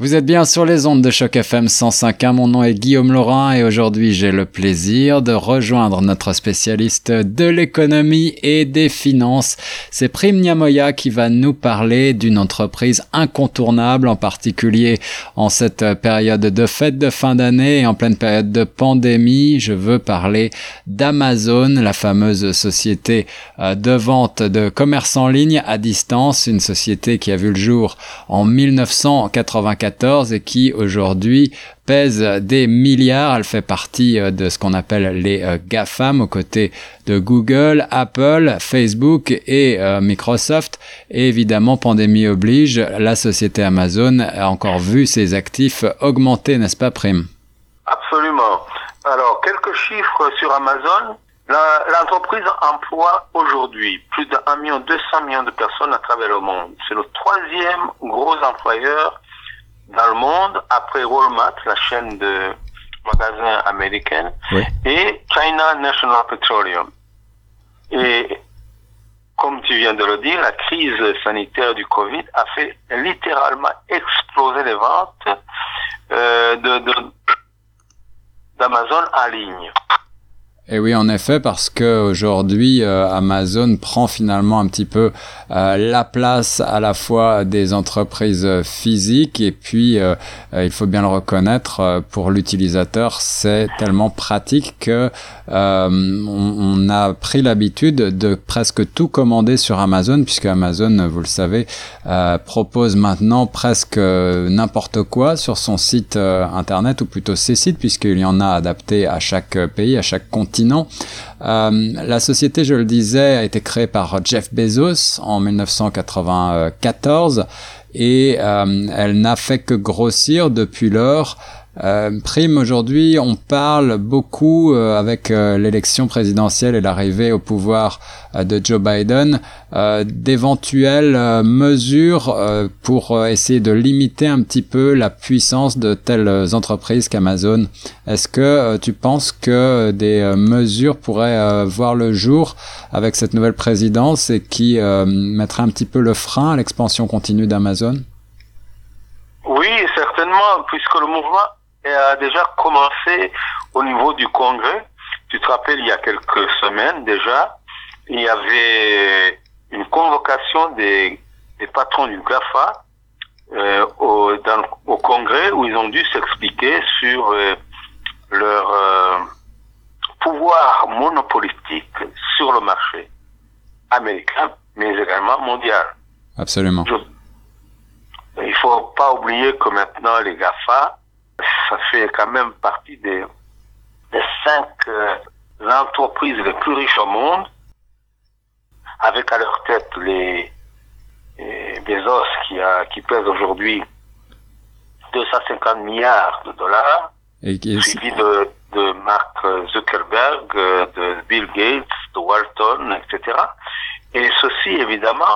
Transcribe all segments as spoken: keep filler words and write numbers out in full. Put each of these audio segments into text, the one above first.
Vous êtes bien sur les ondes de Choc F M cent cinq point un, mon nom est Guillaume Laurin et aujourd'hui j'ai le plaisir de rejoindre notre spécialiste de l'économie et des finances. C'est Prime Nyamoya qui va nous parler d'une entreprise incontournable, en particulier en cette période de fête de fin d'année et en pleine période de pandémie. Je veux parler d'Amazon, la fameuse société de vente de commerce en ligne à distance, une société qui a vu le jour en mille neuf cent quatre-vingt-quatorze et qui aujourd'hui pèse des milliards. Elle fait partie de ce qu'on appelle les GAFAM aux côtés de Google, Apple, Facebook et euh, Microsoft. Et évidemment, pandémie oblige, la société Amazon a encore vu ses actifs augmenter, n'est-ce pas, Prime? Absolument. Alors, quelques chiffres sur Amazon. La, l'entreprise emploie aujourd'hui plus d'un million deux cents millions de personnes à travers le monde. C'est le troisième gros employeur dans le monde, après Walmart, la chaîne de magasins américaine, oui, et China National Petroleum. Et comme tu viens de le dire, la crise sanitaire du Covid a fait littéralement exploser les ventes euh, de, de, d'Amazon en ligne. Et oui, en effet, parce que aujourd'hui, euh, Amazon prend finalement un petit peu euh, la place à la fois des entreprises physiques et puis, euh, euh, il faut bien le reconnaître, euh, pour l'utilisateur, c'est tellement pratique que euh, on, on a pris l'habitude de presque tout commander sur Amazon, puisque Amazon, vous le savez, euh, propose maintenant presque n'importe quoi sur son site euh, internet, ou plutôt ses sites, puisqu'il y en a adaptés à chaque pays, à chaque continent. Euh, la société, je le disais, a été créée par Jeff Bezos en mille neuf cent quatre-vingt-quatorze et euh, elle n'a fait que grossir depuis lors. Euh, Prime, aujourd'hui, on parle beaucoup euh, avec euh, l'élection présidentielle et l'arrivée au pouvoir euh, de Joe Biden euh, d'éventuelles euh, mesures euh, pour euh, essayer de limiter un petit peu la puissance de telles entreprises qu'Amazon. Est-ce que euh, tu penses que des euh, mesures pourraient euh, voir le jour avec cette nouvelle présidence et qui euh, mettraient un petit peu le frein à l'expansion continue d'Amazon? Oui, certainement, puisque le mouvement a déjà commencé au niveau du Congrès. Tu te rappelles, il y a quelques semaines déjà, il y avait une convocation des, des patrons du GAFA euh, au, dans, au Congrès où ils ont dû s'expliquer sur euh, leur euh, pouvoir monopolistique sur le marché américain, mais également mondial. Absolument. Je, il faut pas oublier que maintenant les GAFA, ça fait quand même partie des, des cinq euh, entreprises les plus riches au monde, avec à leur tête les, les Bezos qui, a, qui pèsent aujourd'hui deux cent cinquante milliards de dollars, et qui est... suivi de, de Mark Zuckerberg, de Bill Gates, de Walton, et cetera. Et ceci, évidemment,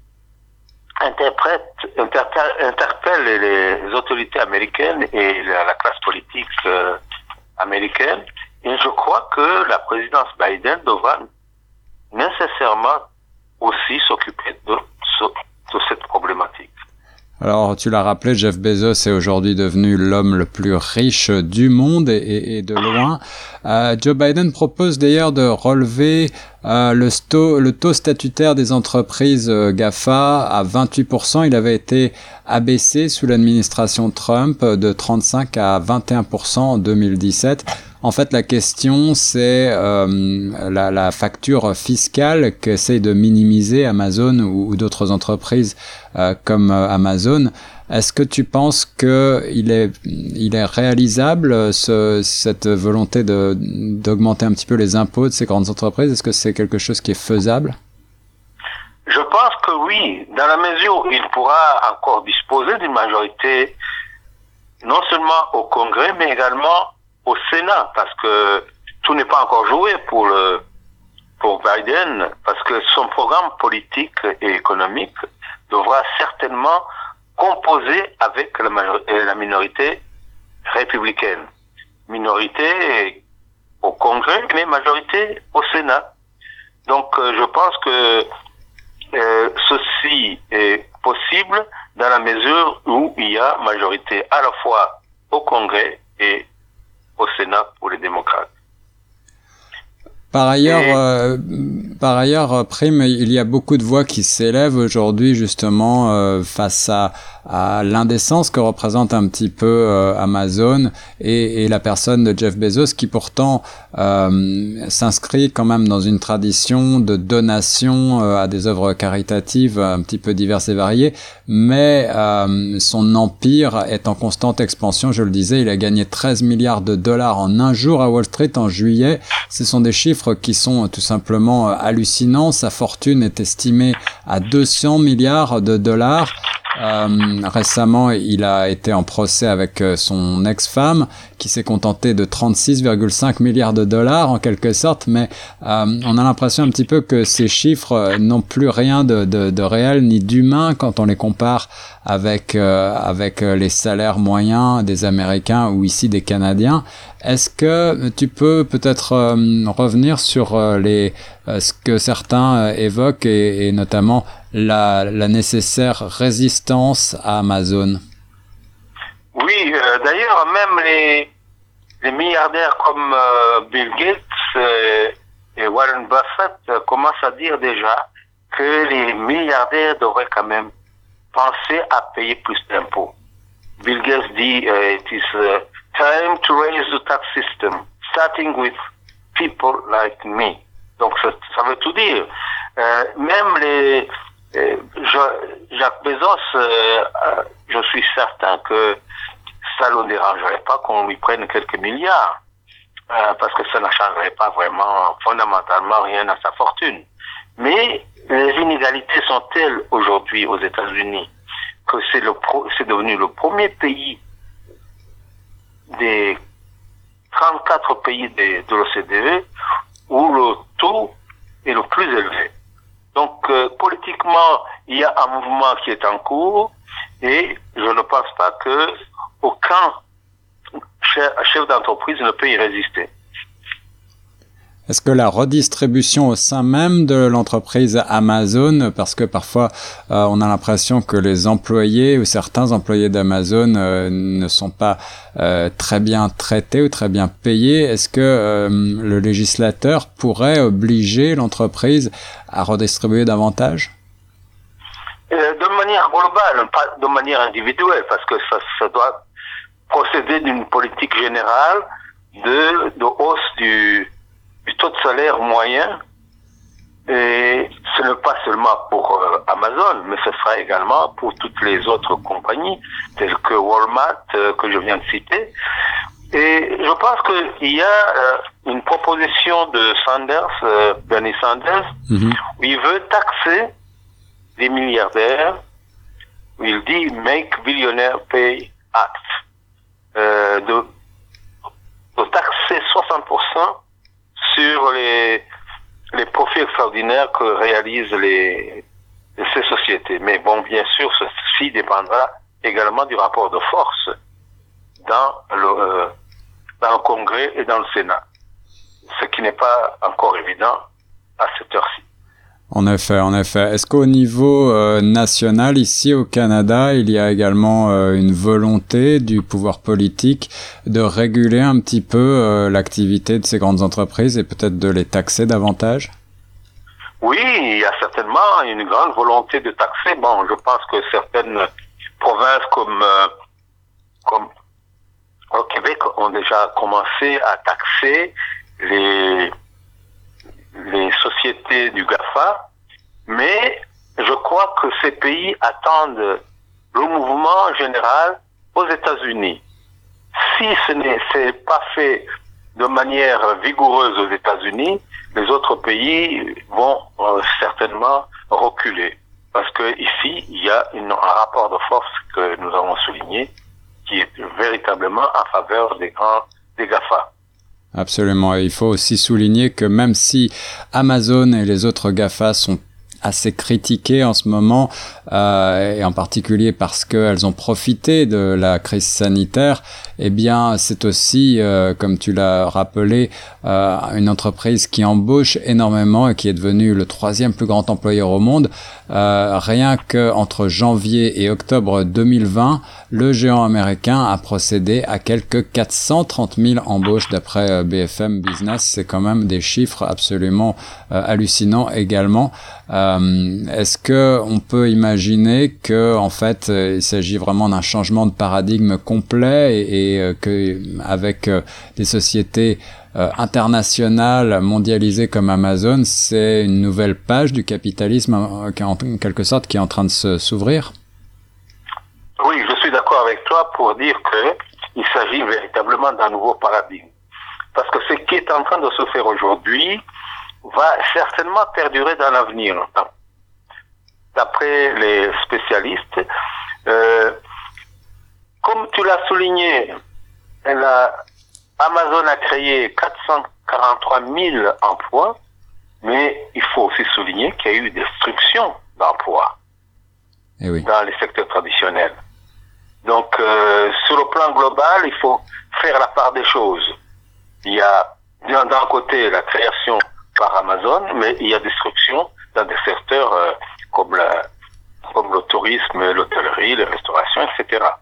interprète, interpelle, interpelle les autorités américaines et la, la classe politique euh, américaine. Et je crois que la présidence Biden devra nécessairement aussi s'occuper de, de cette problématique. Alors, tu l'as rappelé, Jeff Bezos est aujourd'hui devenu l'homme le plus riche du monde et, et, et de loin. Euh, Joe Biden propose d'ailleurs de relever euh, le, sto, le taux statutaire des entreprises euh, GAFA à vingt-huit pour cent. Il avait été abaissé sous l'administration Trump de trente-cinq à vingt et un pour cent en deux mille dix-sept. En fait, la question, c'est euh, la, la facture fiscale qu'essaye de minimiser Amazon ou, ou d'autres entreprises euh, comme euh, Amazon. Est-ce que tu penses que il est, il est réalisable ce, cette volonté de, d'augmenter un petit peu les impôts de ces grandes entreprises? Est-ce que c'est quelque chose qui est faisable? Je pense que oui, dans la mesure où il pourra encore disposer d'une majorité, non seulement au Congrès, mais également au Sénat, parce que tout n'est pas encore joué pour le, pour Biden, parce que son programme politique et économique devra certainement composer avec la, major- la minorité républicaine. Minorité au Congrès, mais majorité au Sénat. Donc, euh, je pense que euh, ceci est possible dans la mesure où il y a majorité à la fois au Congrès et au Sénat pour les démocrates. Par ailleurs, euh, par ailleurs, Prime, il y a beaucoup de voix qui s'élèvent aujourd'hui justement euh, face à, à l'indécence que représente un petit peu euh, Amazon et, et la personne de Jeff Bezos, qui pourtant euh, s'inscrit quand même dans une tradition de donation euh, à des œuvres caritatives un petit peu diverses et variées, mais euh, son empire est en constante expansion. Je le disais, il a gagné treize milliards de dollars en un jour à Wall Street en juillet. Ce sont des chiffres qui sont tout simplement hallucinants. Sa fortune est estimée à deux cents milliards de dollars. Euh, récemment, il a été en procès avec son ex-femme qui s'est contentée de trente-six virgule cinq milliards de dollars en quelque sorte, mais euh, on a l'impression un petit peu que ces chiffres n'ont plus rien de, de, de réel ni d'humain quand on les compare avec, euh, avec les salaires moyens des Américains ou ici des Canadiens. Est-ce que tu peux peut-être euh, revenir sur euh, les, euh, ce que certains euh, évoquent et, et notamment la, la nécessaire résistance à Amazon? Oui, euh, d'ailleurs, même les, les milliardaires comme euh, Bill Gates euh, et Warren Buffett euh, commencent à dire déjà que les milliardaires devraient quand même penser à payer plus d'impôts. Bill Gates dit euh, it is uh, time to raise the tax system, starting with people like me. Donc ça, ça veut tout dire. Euh, même les euh, je, Jacques Bezos, euh, euh, je suis certain que ça ne le dérangerait pas qu'on lui prenne quelques milliards, euh, parce que ça ne changerait pas vraiment fondamentalement rien à sa fortune. Mais les inégalités sont telles aujourd'hui aux États-Unis que c'est le pro, c'est devenu le premier pays des trente-quatre pays de, de l'O C D E où le taux est le plus élevé. Donc euh, politiquement, il y a un mouvement qui est en cours et je ne pense pas que aucun chef d'entreprise ne peut y résister. Est-ce que la redistribution au sein même de l'entreprise Amazon, parce que parfois euh, on a l'impression que les employés ou certains employés d'Amazon euh, ne sont pas euh, très bien traités ou très bien payés, est-ce que euh, le législateur pourrait obliger l'entreprise à redistribuer davantage? euh, De manière globale, pas de manière individuelle, parce que ça, ça doit procéder d'une politique générale de, de hausse du du taux de salaire moyen, et ce n'est pas seulement pour euh, Amazon, mais ce sera également pour toutes les autres compagnies, telles que Walmart, euh, que je viens de citer. Et je pense qu'il y a euh, une proposition de Sanders, euh, Bernie Sanders, mm-hmm. où il veut taxer les milliardaires, où il dit « Make Billionaire Pay Act euh, », de, de taxer soixante pour cent sur les, les profits extraordinaires que réalisent les, ces sociétés. Mais bon, bien sûr, ceci dépendra également du rapport de force dans le, euh, dans le Congrès et dans le Sénat. Ce qui n'est pas encore évident à cette heure-ci. En effet, en effet. Est-ce qu'au niveau euh, national, ici au Canada, il y a également euh, une volonté du pouvoir politique de réguler un petit peu euh, l'activité de ces grandes entreprises et peut-être de les taxer davantage? Oui, il y a certainement une grande volonté de taxer. Bon, je pense que certaines provinces comme, euh, comme au Québec ont déjà commencé à taxer les les sociétés du GAFA, mais je crois que ces pays attendent le mouvement général aux États-Unis. Si ce n'est c'est pas fait de manière vigoureuse aux États-Unis, les autres pays vont euh, certainement reculer. Parce que ici, il y a une, un rapport de force que nous avons souligné qui est véritablement en faveur des grands, des GAFA. Absolument. Et il faut aussi souligner que même si Amazon et les autres GAFA sont assez critiquées en ce moment, euh, et en particulier parce qu'elles ont profité de la crise sanitaire, eh bien, c'est aussi, euh, comme tu l'as rappelé, euh, une entreprise qui embauche énormément et qui est devenue le troisième plus grand employeur au monde. Euh, rien qu'entre janvier et octobre deux mille vingt, le géant américain a procédé à quelques quatre cent trente mille embauches d'après euh, B F M Business. C'est quand même des chiffres absolument euh, hallucinants également. Euh, est-ce que on peut imaginer que en fait euh, il s'agit vraiment d'un changement de paradigme complet et, et euh, que avec euh, des sociétés euh, internationales mondialisées comme Amazon, c'est une nouvelle page du capitalisme euh, qui en, en quelque sorte qui est en train de se, s'ouvrir? Oui, je suis d'accord avec toi pour dire que il s'agit véritablement d'un nouveau paradigme. Parce que ce qui est en train de se faire aujourd'hui va certainement perdurer dans l'avenir. D'après les spécialistes, euh, comme tu l'as souligné, la, Amazon a créé quatre cent quarante-trois mille emplois, mais il faut aussi souligner qu'il y a eu destruction d'emplois Eh oui. dans les secteurs traditionnels. Donc, euh, sur le plan global, il faut faire la part des choses. Il y a d'un côté la création par Amazon, mais il y a destruction dans des secteurs euh, comme, la, comme le tourisme, l'hôtellerie, les restaurations, et cetera.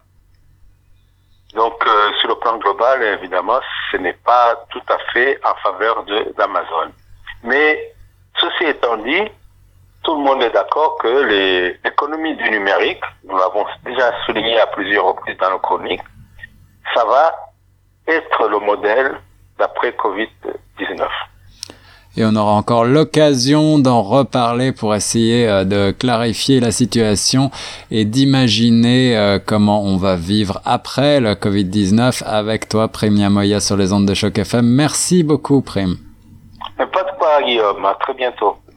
Donc, euh, sur le plan global, évidemment, ce n'est pas tout à fait en faveur de, d'Amazon. Mais, ceci étant dit, tout le monde est d'accord que les, l'économie du numérique, nous l'avons déjà souligné à plusieurs reprises dans nos chroniques, ça va être le modèle d'après covid dix-neuf. Et on aura encore l'occasion d'en reparler pour essayer euh, de clarifier la situation et d'imaginer euh, comment on va vivre après le covid dix-neuf avec toi, Prime Nyamoya, sur les ondes de Choc F M. Merci beaucoup, Prime. Mais pas de quoi, Guillaume. À très bientôt.